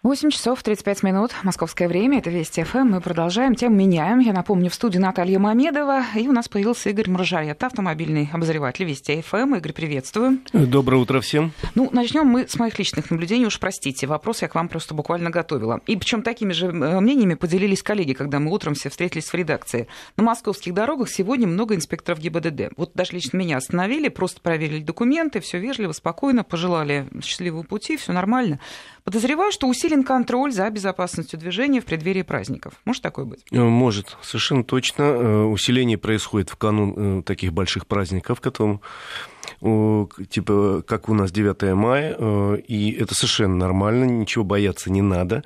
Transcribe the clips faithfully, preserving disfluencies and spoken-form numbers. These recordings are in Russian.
восемь часов тридцать пять минут, московское время, это Вести ФМ. Мы продолжаем, тему меняем. Я напомню, в студии Наталья Мамедова, и у нас появился Игорь Маржарет, автомобильный обозреватель Вести ФМ. Игорь, приветствую. Доброе утро всем. Ну, начнем мы с моих личных наблюдений. Уж простите, вопрос я к вам просто буквально готовила. И причем такими же мнениями поделились коллеги, когда мы утром все встретились в редакции. На московских дорогах сегодня много инспекторов ГИБДД. Вот даже лично меня остановили, просто проверили документы, все вежливо, спокойно, пожелали счастливого пути, все нормально. Подозреваю, что усилен контроль за безопасностью движения в преддверии праздников. Может такое быть? Может, совершенно точно. Усиление происходит в канун таких больших праздников, которым, типа, как у нас девятое мая, и это совершенно нормально, ничего бояться не надо.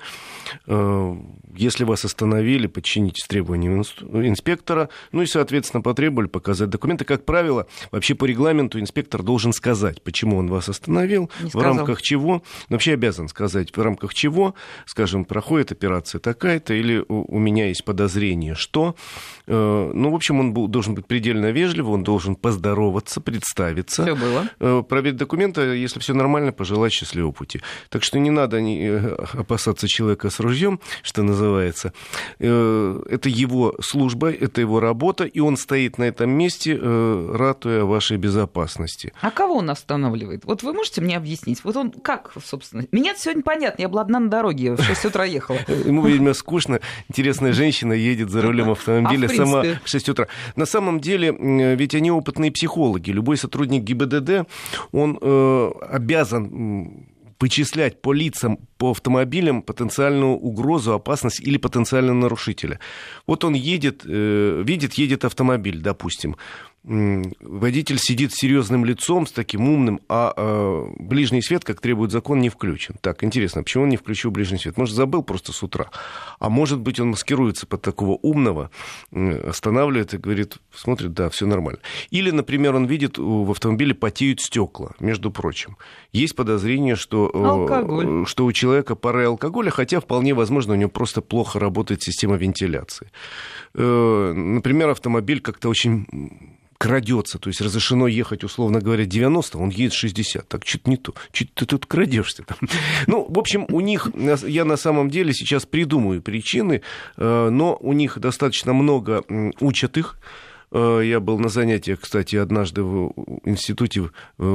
Если вас остановили, подчинитесь требованиям инспектора, ну и, соответственно, потребовали показать документы. Как правило, вообще по регламенту инспектор должен сказать, почему он вас остановил, в рамках чего, вообще обязан сказать, в рамках чего, скажем, проходит операция такая-то, или у меня есть подозрение, что... Ну, в общем, он должен быть предельно вежлив, он должен поздороваться, представиться. Все было. Проверить документы, если все нормально, пожелать счастливого пути. Так что не надо опасаться человека с ружьем, что называется. Это его служба, это его работа, и он стоит на этом месте, ратуя вашей безопасности. А кого он останавливает? Вот вы можете мне объяснить? Вот он как, собственно? Меня сегодня понятно, я была одна на дороге, в шесть утра ехала. Ему, видимо, скучно. Интересная женщина едет за рулем автомобиля а сама в шесть утра. На самом деле, ведь они опытные психологи. Любой сотрудник ГИБДД, он э, обязан вычислять по лицам, по автомобилям потенциальную угрозу, опасность или потенциального нарушителя. Вот он едет, э, видит, едет автомобиль, допустим. Водитель сидит с серьезным лицом, с таким умным, а э, ближний свет, как требует закон, не включен. Так, интересно, почему он не включил ближний свет? Может, забыл просто с утра. А может быть, он маскируется под такого умного, э, останавливает и говорит, смотрит, да, все нормально. Или, например, он видит, в автомобиле потеют стекла, между прочим. Есть подозрение, что, э, что у человека пара алкоголя, хотя вполне возможно, у него просто плохо работает система вентиляции. Э, например, автомобиль как-то очень... крадется, то есть разрешено ехать, условно говоря, девяносто, он едет шестьдесят. Так, что-то не то. Что ты тут крадешься там? Ну, в общем, у них, я на самом деле сейчас придумаю причины, но у них достаточно много, учат их. Я был на занятиях, кстати, однажды в институте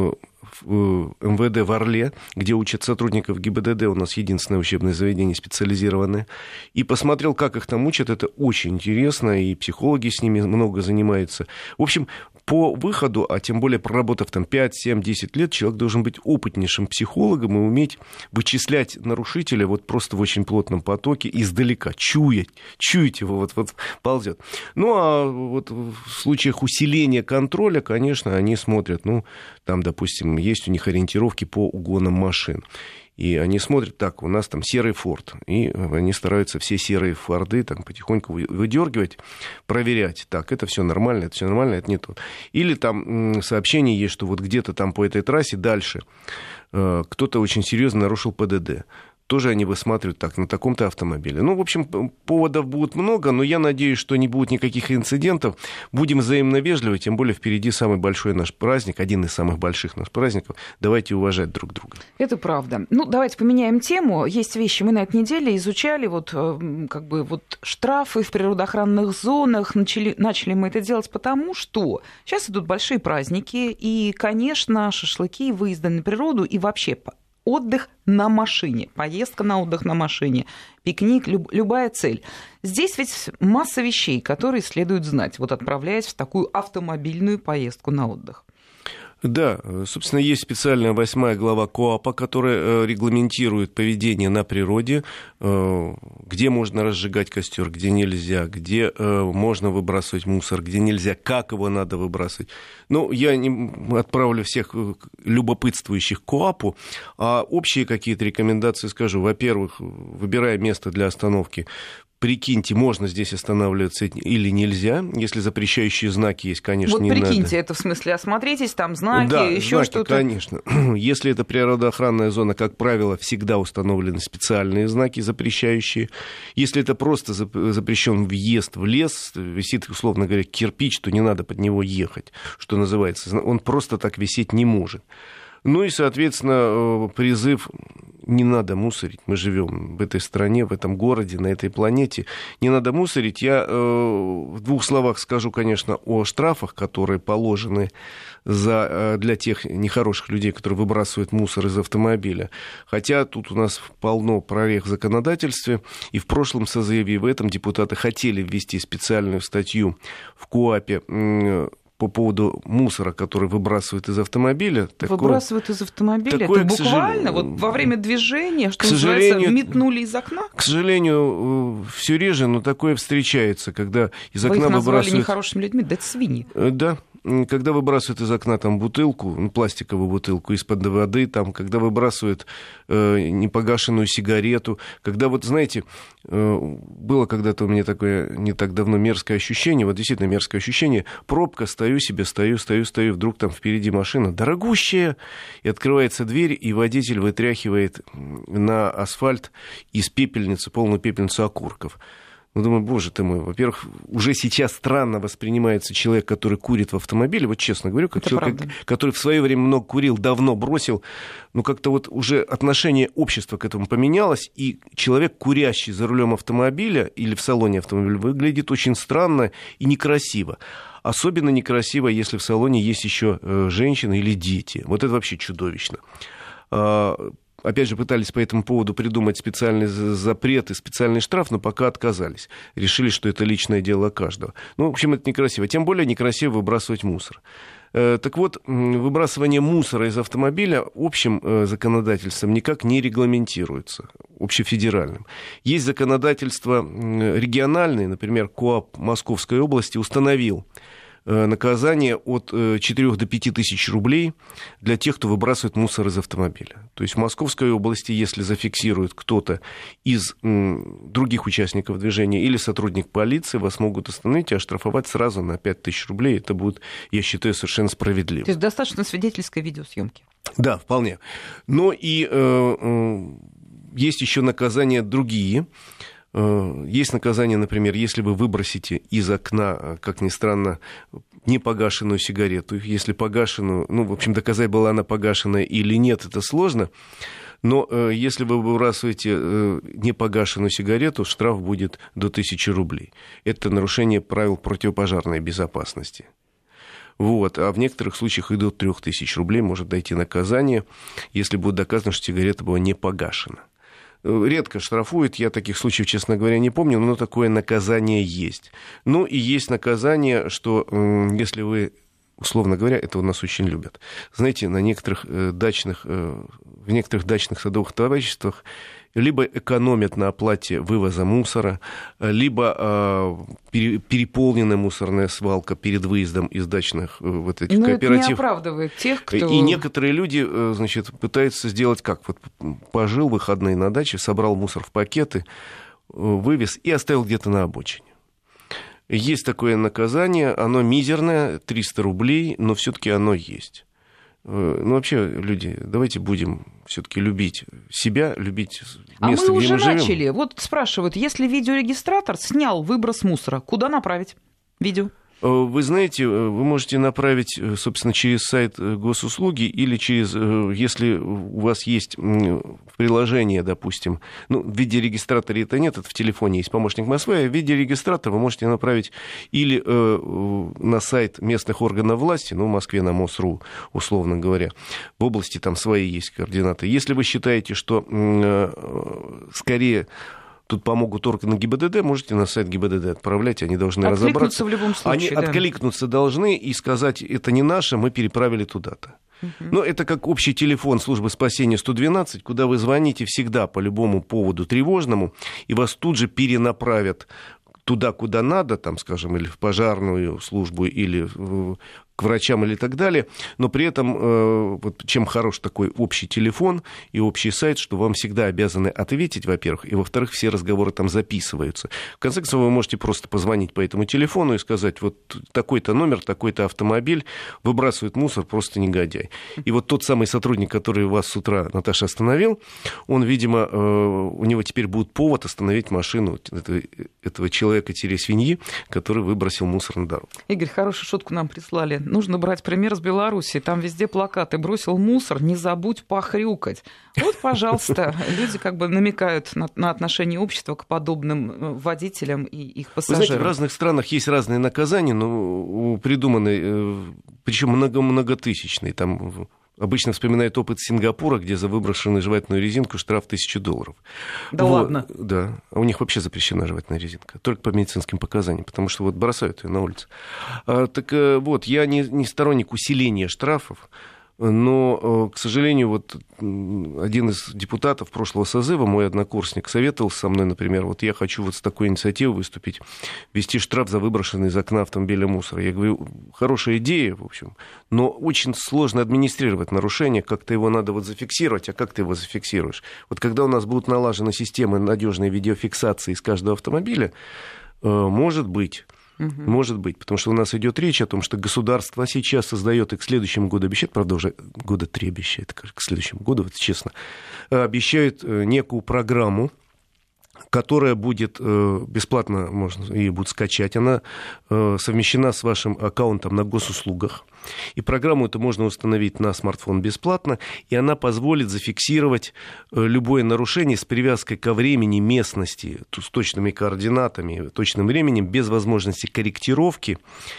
в МВД в Орле, где учат сотрудников ГИБДД, у нас единственное учебное заведение специализированное, и посмотрел, как их там учат, это очень интересно, и психологи с ними много занимаются. В общем, по выходу, а тем более проработав там пять, семь, десять лет, человек должен быть опытнейшим психологом и уметь вычислять нарушителя вот просто в очень плотном потоке, издалека, чуять, чуять его, вот, вот ползет. Ну, а вот в случаях усиления контроля, конечно, они смотрят, ну, там, допустим, есть у них ориентировки по угонам машин. И они смотрят, так, у нас там серый форд, и они стараются все серые форды там потихоньку выдергивать, проверять, так, это все нормально, это все нормально, это не то. Или там сообщение есть, что вот где-то там по этой трассе дальше э, кто-то очень серьезно нарушил ПДД. Тоже они высматривают так, на таком-то автомобиле. Ну, в общем, поводов будет много, но я надеюсь, что не будет никаких инцидентов. Будем взаимно вежливы, тем более впереди самый большой наш праздник, один из самых больших наших праздников. Давайте уважать друг друга. Это правда. Ну, давайте поменяем тему. Есть вещи, мы на этой неделе изучали, вот, как бы, вот штрафы в природоохранных зонах. Начали, начали мы это делать потому, что сейчас идут большие праздники, и, конечно, шашлыки, выезды на природу и вообще отдых на машине, поездка на отдых на машине, пикник, люб, любая цель. Здесь ведь масса вещей, которые следует знать, вот отправляясь в такую автомобильную поездку на отдых. Да, собственно, есть специальная восьмая глава КоАПа, которая регламентирует поведение на природе, где можно разжигать костер, где нельзя, где можно выбрасывать мусор, где нельзя, как его надо выбрасывать. Ну, я не отправлю всех любопытствующих к КоАПу, а общие какие-то рекомендации скажу. Во-первых, выбирая место для остановки, прикиньте, можно здесь останавливаться или нельзя. Если запрещающие знаки есть, конечно, вот не надо. Вот прикиньте, это в смысле осмотритесь, там знаки, да, еще знаки, что-то. Конечно. Если это природоохранная зона, как правило, всегда установлены специальные знаки запрещающие. Если это просто запрещен въезд в лес, висит, условно говоря, кирпич, то не надо под него ехать, что называется. Он просто так висеть не может. Ну и, соответственно, призыв: не надо мусорить. Мы живем в этой стране, в этом городе, на этой планете. Не надо мусорить. Я э, в двух словах скажу, конечно, о штрафах, которые положены за, э, для тех нехороших людей, которые выбрасывают мусор из автомобиля. Хотя тут у нас полно прорех в законодательстве. И в прошлом созыве, и в этом депутаты хотели ввести специальную статью в КоАПе э, по поводу мусора, который выбрасывают из автомобиля. Выбрасывают такое, из автомобиля? Такое, это буквально вот во время движения, что называется, метнули из окна? К сожалению, все реже, но такое встречается, когда из Вы окна их назвали выбрасывают... нехорошими людьми? Да это свиньи. Да. Когда выбрасывают из окна там бутылку, ну, пластиковую бутылку из-под воды, там, когда выбрасывают э, непогашенную сигарету, когда вот, знаете, э, было когда-то у меня такое не так давно мерзкое ощущение, вот действительно мерзкое ощущение, пробка, стою себе, стою, стою, стою, вдруг там впереди машина дорогущая, и открывается дверь, и водитель вытряхивает на асфальт из пепельницы, полную пепельницу окурков. Ну, думаю, боже ты мой, во-первых, уже сейчас странно воспринимается человек, который курит в автомобиле, вот честно говорю, как это человек, правда. который в свое время много курил, давно бросил, ну, как-то вот уже отношение общества к этому поменялось, и человек, курящий за рулем автомобиля или в салоне автомобиля, выглядит очень странно и некрасиво. Особенно некрасиво, если в салоне есть еще женщины или дети. Вот это вообще чудовищно. Опять же, пытались по этому поводу придумать специальный запрет и специальный штраф, но пока отказались. Решили, что это личное дело каждого. Ну, в общем, это некрасиво. Тем более некрасиво выбрасывать мусор. Так вот, выбрасывание мусора из автомобиля общим законодательством никак не регламентируется, общефедеральным. Есть законодательство региональное, например, КоАП Московской области установил наказание от четырёх до пяти тысяч рублей для тех, кто выбрасывает мусор из автомобиля. То есть в Московской области, если зафиксирует кто-то из других участников движения или сотрудник полиции, вас могут остановить и оштрафовать сразу на пять тысяч рублей. Это будет, я считаю, совершенно справедливо. То есть достаточно свидетельской видеосъемки? Да, вполне. Но и э, э, есть еще наказания другие. Есть наказание, например, если вы выбросите из окна, как ни странно, непогашенную сигарету. Если погашенную, ну, в общем, доказать, была она погашенная или нет, это сложно. Но э, если вы выбрасываете э, непогашенную сигарету, штраф будет до тысячи рублей. Это нарушение правил противопожарной безопасности. Вот. А в некоторых случаях и до трёх тысяч рублей может дойти наказание, если будет доказано, что сигарета была не погашена. Редко штрафуют, я таких случаев, честно говоря, не помню, но такое наказание есть. Ну и есть наказание, что если вы, условно говоря, это у нас очень любят. Знаете, на некоторых дачных, в некоторых дачных садовых товариществах либо экономят на оплате вывоза мусора, либо э, переполненная мусорная свалка перед выездом из дачных вот этих Но кооперативов. Это не оправдывает тех, кто... И некоторые люди, значит, пытаются сделать как? Вот пожил выходные на даче, собрал мусор в пакеты, вывез и оставил где-то на обочине. Есть такое наказание, оно мизерное, триста рублей, но все-таки оно есть. Ну, вообще, люди, давайте будем все-таки любить себя, любить место, а мы где уже мы живем. начали. Вот спрашивают, если видеорегистратор снял выброс мусора, куда направить видео? Вы знаете, вы можете направить, собственно, через сайт госуслуги или через, если у вас есть приложение, допустим, ну, в видеорегистраторе это нет, это в телефоне есть помощник Москвы, а в видеорегистратор вы можете направить или э, на сайт местных органов власти, ну, в Москве на МОСРУ, условно говоря, в области там свои есть координаты. Если вы считаете, что э, скорее... Тут помогут органы ГИБДД, можете на сайт ГИБДД отправлять, они должны разобраться. В любом случае, они да. откликнуться должны и сказать, это не наше, мы переправили туда-то. Угу. Но это как общий телефон службы спасения сто двенадцать, куда вы звоните всегда по любому поводу тревожному, и вас тут же перенаправят туда, куда надо, там, скажем, или в пожарную службу, или к врачам, или так далее. Но при этом, э, вот чем хорош такой общий телефон и общий сайт, что вам всегда обязаны ответить, во-первых, и, во-вторых, все разговоры там записываются. В конце концов, вы можете просто позвонить по этому телефону и сказать, вот такой-то номер, такой-то автомобиль выбрасывает мусор, просто негодяй. И вот тот самый сотрудник, который вас с утра, Наташа, остановил, он, видимо, э, у него теперь будет повод остановить машину этого, этого человека-свиньи, который выбросил мусор на дорогу. Игорь, хорошую шутку нам прислали нужно брать пример с Беларуси. Там везде плакаты: бросил мусор, не забудь похрюкать. Вот, пожалуйста, люди как бы намекают на, на отношение общества к подобным водителям и их пассажирам. Вы знаете, в разных странах есть разные наказания, но придуманы, причем много многотысячные. Там обычно вспоминают опыт Сингапура, где за выброшенную жевательную резинку штраф тысячу долларов. Да вот, ладно? Да. А у них вообще запрещена жевательная резинка. Только по медицинским показаниям, потому что вот бросают ее на улице. А, так вот, я не, не сторонник усиления штрафов, но, к сожалению, вот один из депутатов прошлого созыва, мой однокурсник, советовал со мной, например, вот я хочу вот с такой инициативой выступить, ввести штраф за выброшенный из окна автомобиля мусор. Я говорю, хорошая идея, в общем, но очень сложно администрировать нарушение, как-то его надо вот зафиксировать, а как ты его зафиксируешь? Вот когда у нас будут налажены системы надежной видеофиксации из каждого автомобиля, может быть... Угу. Может быть, потому что у нас идет речь о том, что государство сейчас создает и к следующему году обещает, правда, уже года три обещает, к следующему году, вот честно, обещают некую программу, которая будет бесплатно, можно ее будет скачать, она совмещена с вашим аккаунтом на госуслугах. И программу эту можно установить на смартфон бесплатно, и она позволит зафиксировать любое нарушение с привязкой ко времени, местности, с точными координатами, точным временем, без возможности корректировки.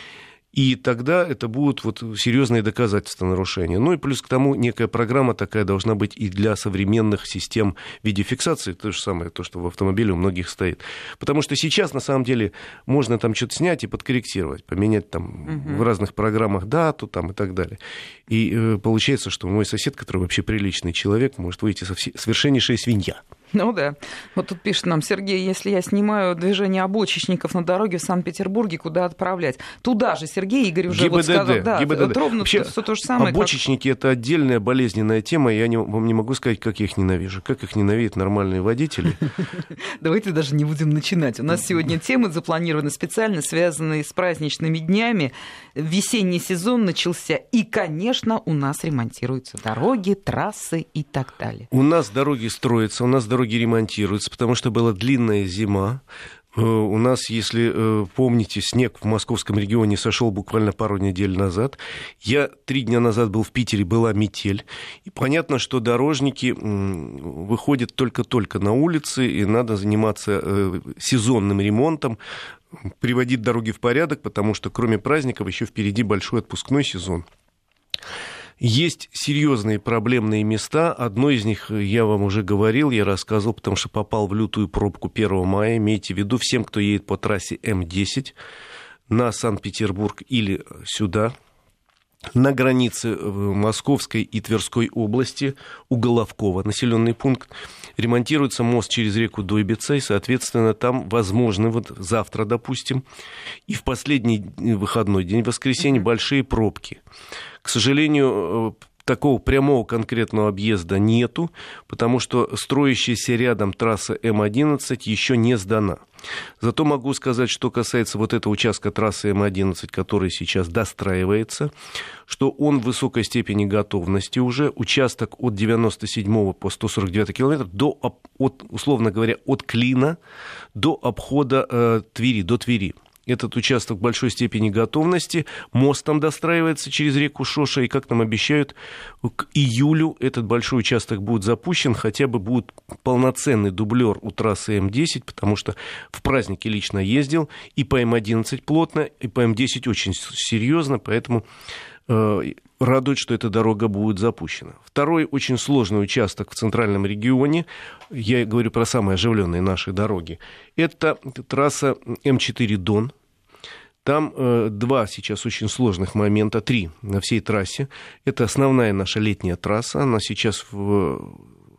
И тогда это будут вот серьезные доказательства нарушения. Ну и плюс к тому, некая программа такая должна быть и для современных систем видеофиксации. То же самое, то, что в автомобиле у многих стоит. Потому что сейчас, на самом деле, можно там что-то снять и подкорректировать, поменять там угу. в разных программах дату там, и так далее. И э, получается, что мой сосед, который вообще приличный человек, может выйти совершеннейшая свинья. Ну да. Вот тут пишет нам Сергей: если я снимаю движение обочечников на дороге в Санкт-Петербурге, куда отправлять? Туда же, Сергей, Игорь уже ГИБДД, вот сказал. Да, ГИБДД. ровно Вообще, все то же самое. Обочечники как... это отдельная болезненная тема. Я не, вам не могу сказать, как я их ненавижу. Как их ненавидят нормальные водители. Давайте даже не будем начинать. У нас сегодня темы запланированы специально, связанные с праздничными днями. Весенний сезон начался. И, конечно, у нас ремонтируются дороги, трассы и так далее. У нас дороги строятся, у нас дороги ремонтируются, потому что была длинная зима. У нас, если помните, снег в московском регионе сошел буквально пару недель назад. Я три дня назад был в Питере, была метель. И понятно, что дорожники выходят только-только на улицы, и надо заниматься сезонным ремонтом, приводить дороги в порядок, потому что кроме праздников еще впереди большой отпускной сезон. Есть серьезные проблемные места. Одно из них я вам уже говорил, я рассказывал, потому что попал в лютую пробку первого мая. Имейте в виду, всем, кто едет по трассе эм десять на Санкт-Петербург или сюда, на границе Московской и Тверской области, у Головкова, населенный пункт, ремонтируется мост через реку Дойбица, и, соответственно, там возможны, вот завтра, допустим, и в последний выходной день, воскресенье, большие пробки. К сожалению, такого прямого конкретного объезда нету, потому что строящаяся рядом трасса эм одиннадцать еще не сдана. Зато могу сказать, что касается вот этого участка трассы эм одиннадцать, который сейчас достраивается, что он в высокой степени готовности уже. Участок от девяносто седьмого по сто сорок девятый километр, до, от, условно говоря, от Клина до обхода э, Твери, до Твери. Этот участок в большой степени готовности. Мост там достраивается через реку Шоша. И, как нам обещают, к июлю этот большой участок будет запущен. Хотя бы будет полноценный дублер у трассы эм десять, потому что в праздники лично ездил. И по эм одиннадцать плотно, и по эм десять очень серьезно. Поэтому э, радует, что эта дорога будет запущена. Второй очень сложный участок в центральном регионе. Я говорю про самые оживленные наши дороги. Это трасса эм четыре Дон. Там э, два сейчас очень сложных момента, три на всей трассе. Это основная наша летняя трасса, она сейчас в,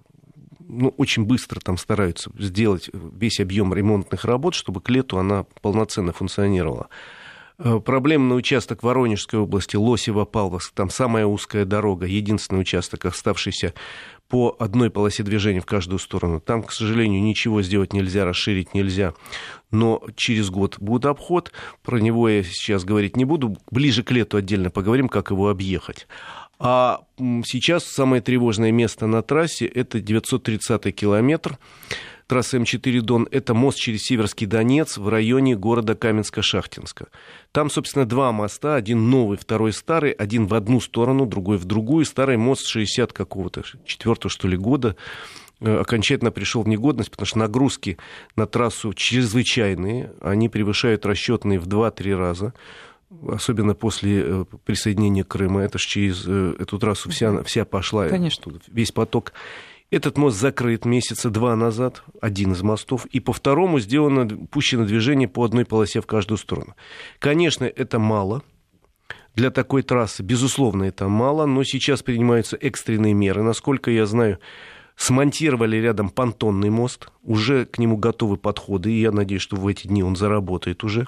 ну, очень быстро там стараются сделать весь объем ремонтных работ, чтобы к лету она полноценно функционировала. Проблемный участок Воронежской области, Лосево-Павловск, там самая узкая дорога, единственный участок, оставшийся по одной полосе движения в каждую сторону. Там, к сожалению, ничего сделать нельзя, расширить нельзя, но через год будет обход, про него я сейчас говорить не буду, ближе к лету отдельно поговорим, как его объехать. А сейчас самое тревожное место на трассе – это девятьсот тридцатый километр. трассы эм четыре Дон, это мост через Северский Донец в районе города Каменска-Шахтинска. Там, собственно, два моста, один новый, второй старый, один в одну сторону, другой в другую. Старый мост шестьдесят какого-то, четвёртого, что ли, года, окончательно пришел в негодность, потому что нагрузки на трассу чрезвычайные, они превышают расчетные в два-три раза, особенно после присоединения Крыма. Это ж через эту трассу вся, вся пошла, конечно, весь поток. Этот мост закрыт месяца два назад, один из мостов, и по второму сделано, пущено движение по одной полосе в каждую сторону. Конечно, это мало. Для такой трассы, безусловно, это мало, но сейчас принимаются экстренные меры. Насколько я знаю, смонтировали рядом понтонный мост, уже к нему готовы подходы, и я надеюсь, что в эти дни он заработает уже.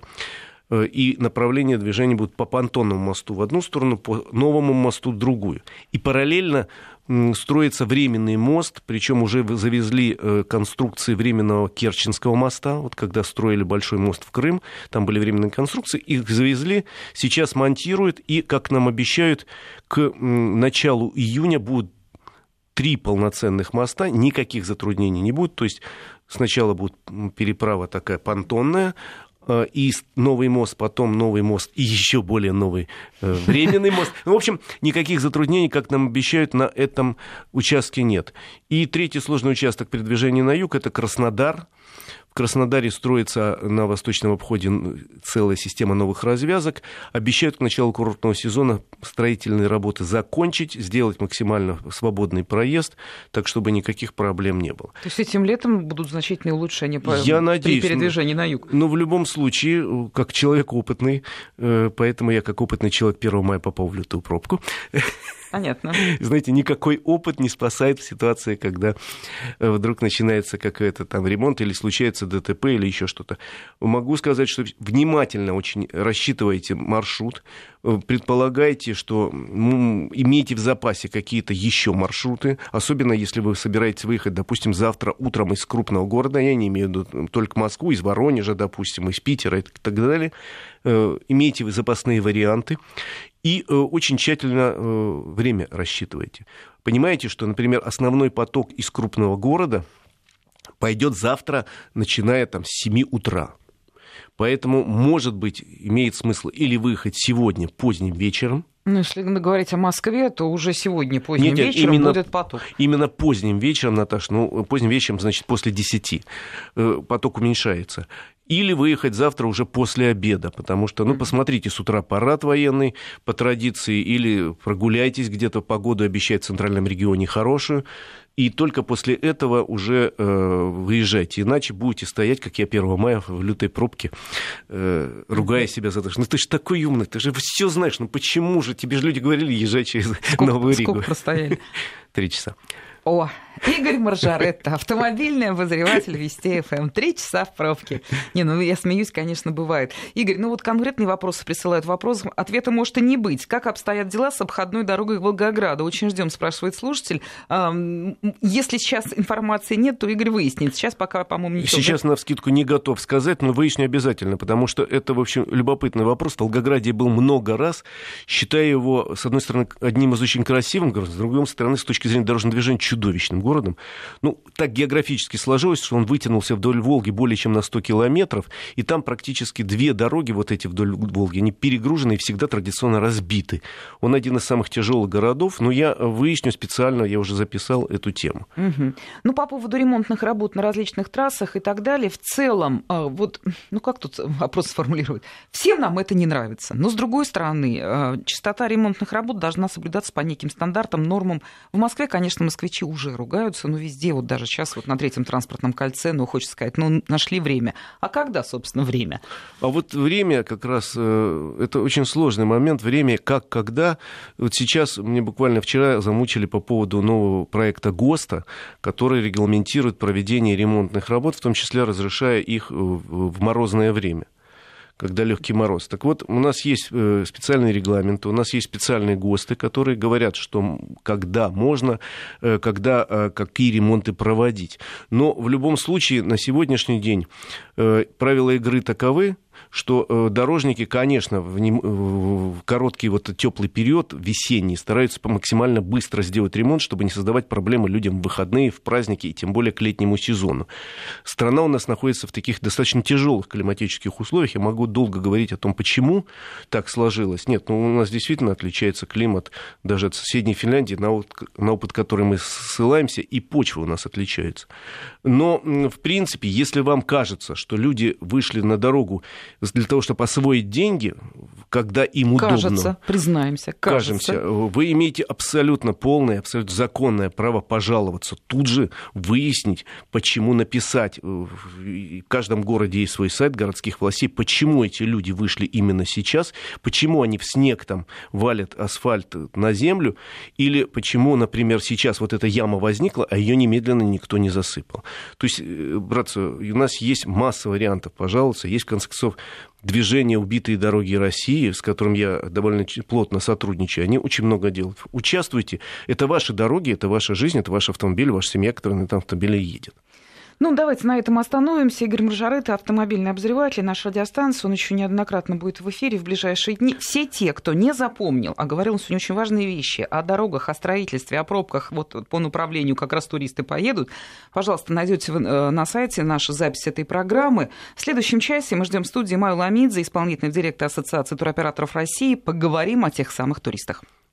И направление движения будет по понтонному мосту в одну сторону, по новому мосту в другую. И параллельно строится временный мост, причем уже завезли конструкции временного Керченского моста, вот когда строили большой мост в Крым, там были временные конструкции, их завезли, сейчас монтируют, и, как нам обещают, к началу июня будут три полноценных моста, никаких затруднений не будет, то есть сначала будет переправа такая понтонная, и новый мост, потом новый мост, и еще более новый э, временный мост. Ну, в общем, никаких затруднений, как нам обещают, на этом участке нет. И третий сложный участок передвижения на юг – это Краснодар. В Краснодаре строится на восточном обходе целая система новых развязок. Обещают к началу курортного сезона строительные работы закончить, сделать максимально свободный проезд, так, чтобы никаких проблем не было. То есть этим летом будут значительные улучшения по, Я надеюсь, при передвижении на юг? Ну, в любом случае, как человек опытный, поэтому я как опытный человек первого мая попал в лютую пробку. Понятно. Знаете, никакой опыт не спасает в ситуации, когда вдруг начинается какой-то там ремонт или случается ДТП или еще что-то. Могу сказать, что внимательно очень рассчитывайте маршрут, предполагайте, что ну, имейте в запасе какие-то еще маршруты, особенно если вы собираетесь выехать, допустим, завтра утром из крупного города, я не имею в виду только Москву, из Воронежа, допустим, из Питера и так далее. Имейте запасные варианты. И э, очень тщательно э, время рассчитывайте. Понимаете, что, например, основной поток из крупного города пойдет завтра, начиная там, с семи утра. Поэтому, может быть, имеет смысл или выехать сегодня поздним вечером. Ну, если говорить о Москве, то уже сегодня поздним Нет, вечером именно, будет поток. Именно поздним вечером, Наташа, ну, поздним вечером, значит, после десяти поток уменьшается. Или выехать завтра уже после обеда, потому что, ну, посмотрите, с утра парад военный по традиции, или прогуляйтесь где-то, погоду обещает в центральном регионе хорошую, и только после этого уже э, выезжайте, иначе будете стоять, как я первого мая, в лютой пробке, э, ругая себя за то, что ну ты же такой умный, ты же все знаешь, ну почему же, тебе же люди говорили, езжай через сколько, Новую Ригу. Сколько простояли? Три часа. О, Игорь Маржаретта, автомобильный обозреватель Вести эф эм. Три часа в пробке. Не, ну я смеюсь, конечно, бывает. Игорь, ну вот конкретные вопросы присылают. Вопрос, ответа может и не быть. Как обстоят дела с обходной дорогой Волгограда? Очень ждем, спрашивает слушатель. Если сейчас информации нет, то Игорь выяснит. Сейчас пока, по-моему, ничего. Сейчас навскидку не готов сказать, но выясню обязательно, потому что это, в общем, любопытный вопрос. В Волгограде был много раз. Считаю его, с одной стороны, одним из очень красивых городов, с другой стороны, с точки зрения дорожного движения, чудовищным городом. Ну, так географически сложилось, что он вытянулся вдоль Волги более чем на сто километров, и там практически две дороги, вот эти вдоль Волги, они перегружены и всегда традиционно разбиты. Он один из самых тяжелых городов, но я выясню специально, я уже записал эту тему. Угу. Ну, по поводу ремонтных работ на различных трассах и так далее, в целом, вот, ну, как тут вопрос сформулировать? Всем нам это не нравится, но, с другой стороны, частота ремонтных работ должна соблюдаться по неким стандартам, нормам. В Москве, конечно, москвичи уже ругаются, но везде, вот даже сейчас вот на третьем транспортном кольце, ну, хочется сказать, ну, нашли время. А когда, собственно, время? А вот время как раз, это очень сложный момент, время как, когда. Вот сейчас мне буквально вчера замучили по поводу нового проекта ГОСТа, который регламентирует проведение ремонтных работ, в том числе разрешая их в морозное время, когда легкий мороз. Так вот, у нас есть специальные регламенты, у нас есть специальные ГОСТы, которые говорят, что когда можно, когда, какие ремонты проводить. Но в любом случае на сегодняшний день правила игры таковы, что э, дорожники, конечно, в, не, в короткий вот теплый период, весенний, стараются максимально быстро сделать ремонт, чтобы не создавать проблемы людям в выходные, в праздники и тем более к летнему сезону. Страна у нас находится в таких достаточно тяжелых климатических условиях. Я могу долго говорить о том, почему так сложилось. Нет, ну, у нас действительно отличается климат даже от соседней Финляндии, на опыт, на опыт которой мы ссылаемся, и почва у нас отличается. Но, в принципе, если вам кажется, что люди вышли на дорогу для того, чтобы освоить деньги, когда им удобно. Кажется, признаемся, кажется. Кажемся, вы имеете абсолютно полное, абсолютно законное право пожаловаться, тут же выяснить, почему написать. В каждом городе есть свой сайт городских властей, почему эти люди вышли именно сейчас, почему они в снег там валят асфальт на землю, или почему, например, сейчас вот эта яма возникла, а ее немедленно никто не засыпал. То есть, братцы, у нас есть масса вариантов пожаловаться, есть, в конце концов, движение «Убитые дороги России», с которым я довольно плотно сотрудничаю, они очень много делают. Участвуйте. Это ваши дороги, это ваша жизнь, это ваш автомобиль, ваша семья, которая на этом автомобиле едет. Ну, давайте на этом остановимся. Игорь Маржарета, автомобильный обозреватель нашей радиостанции. Он еще неоднократно будет в эфире в ближайшие дни. Все те, кто не запомнил, а говорил он сегодня очень важные вещи о дорогах, о строительстве, о пробках, вот по направлению как раз туристы поедут, пожалуйста, найдете на сайте нашу запись этой программы. В следующем часе мы ждем в студии Майю Ламидзе, исполнительный директор Ассоциации туроператоров России. Поговорим о тех самых туристах.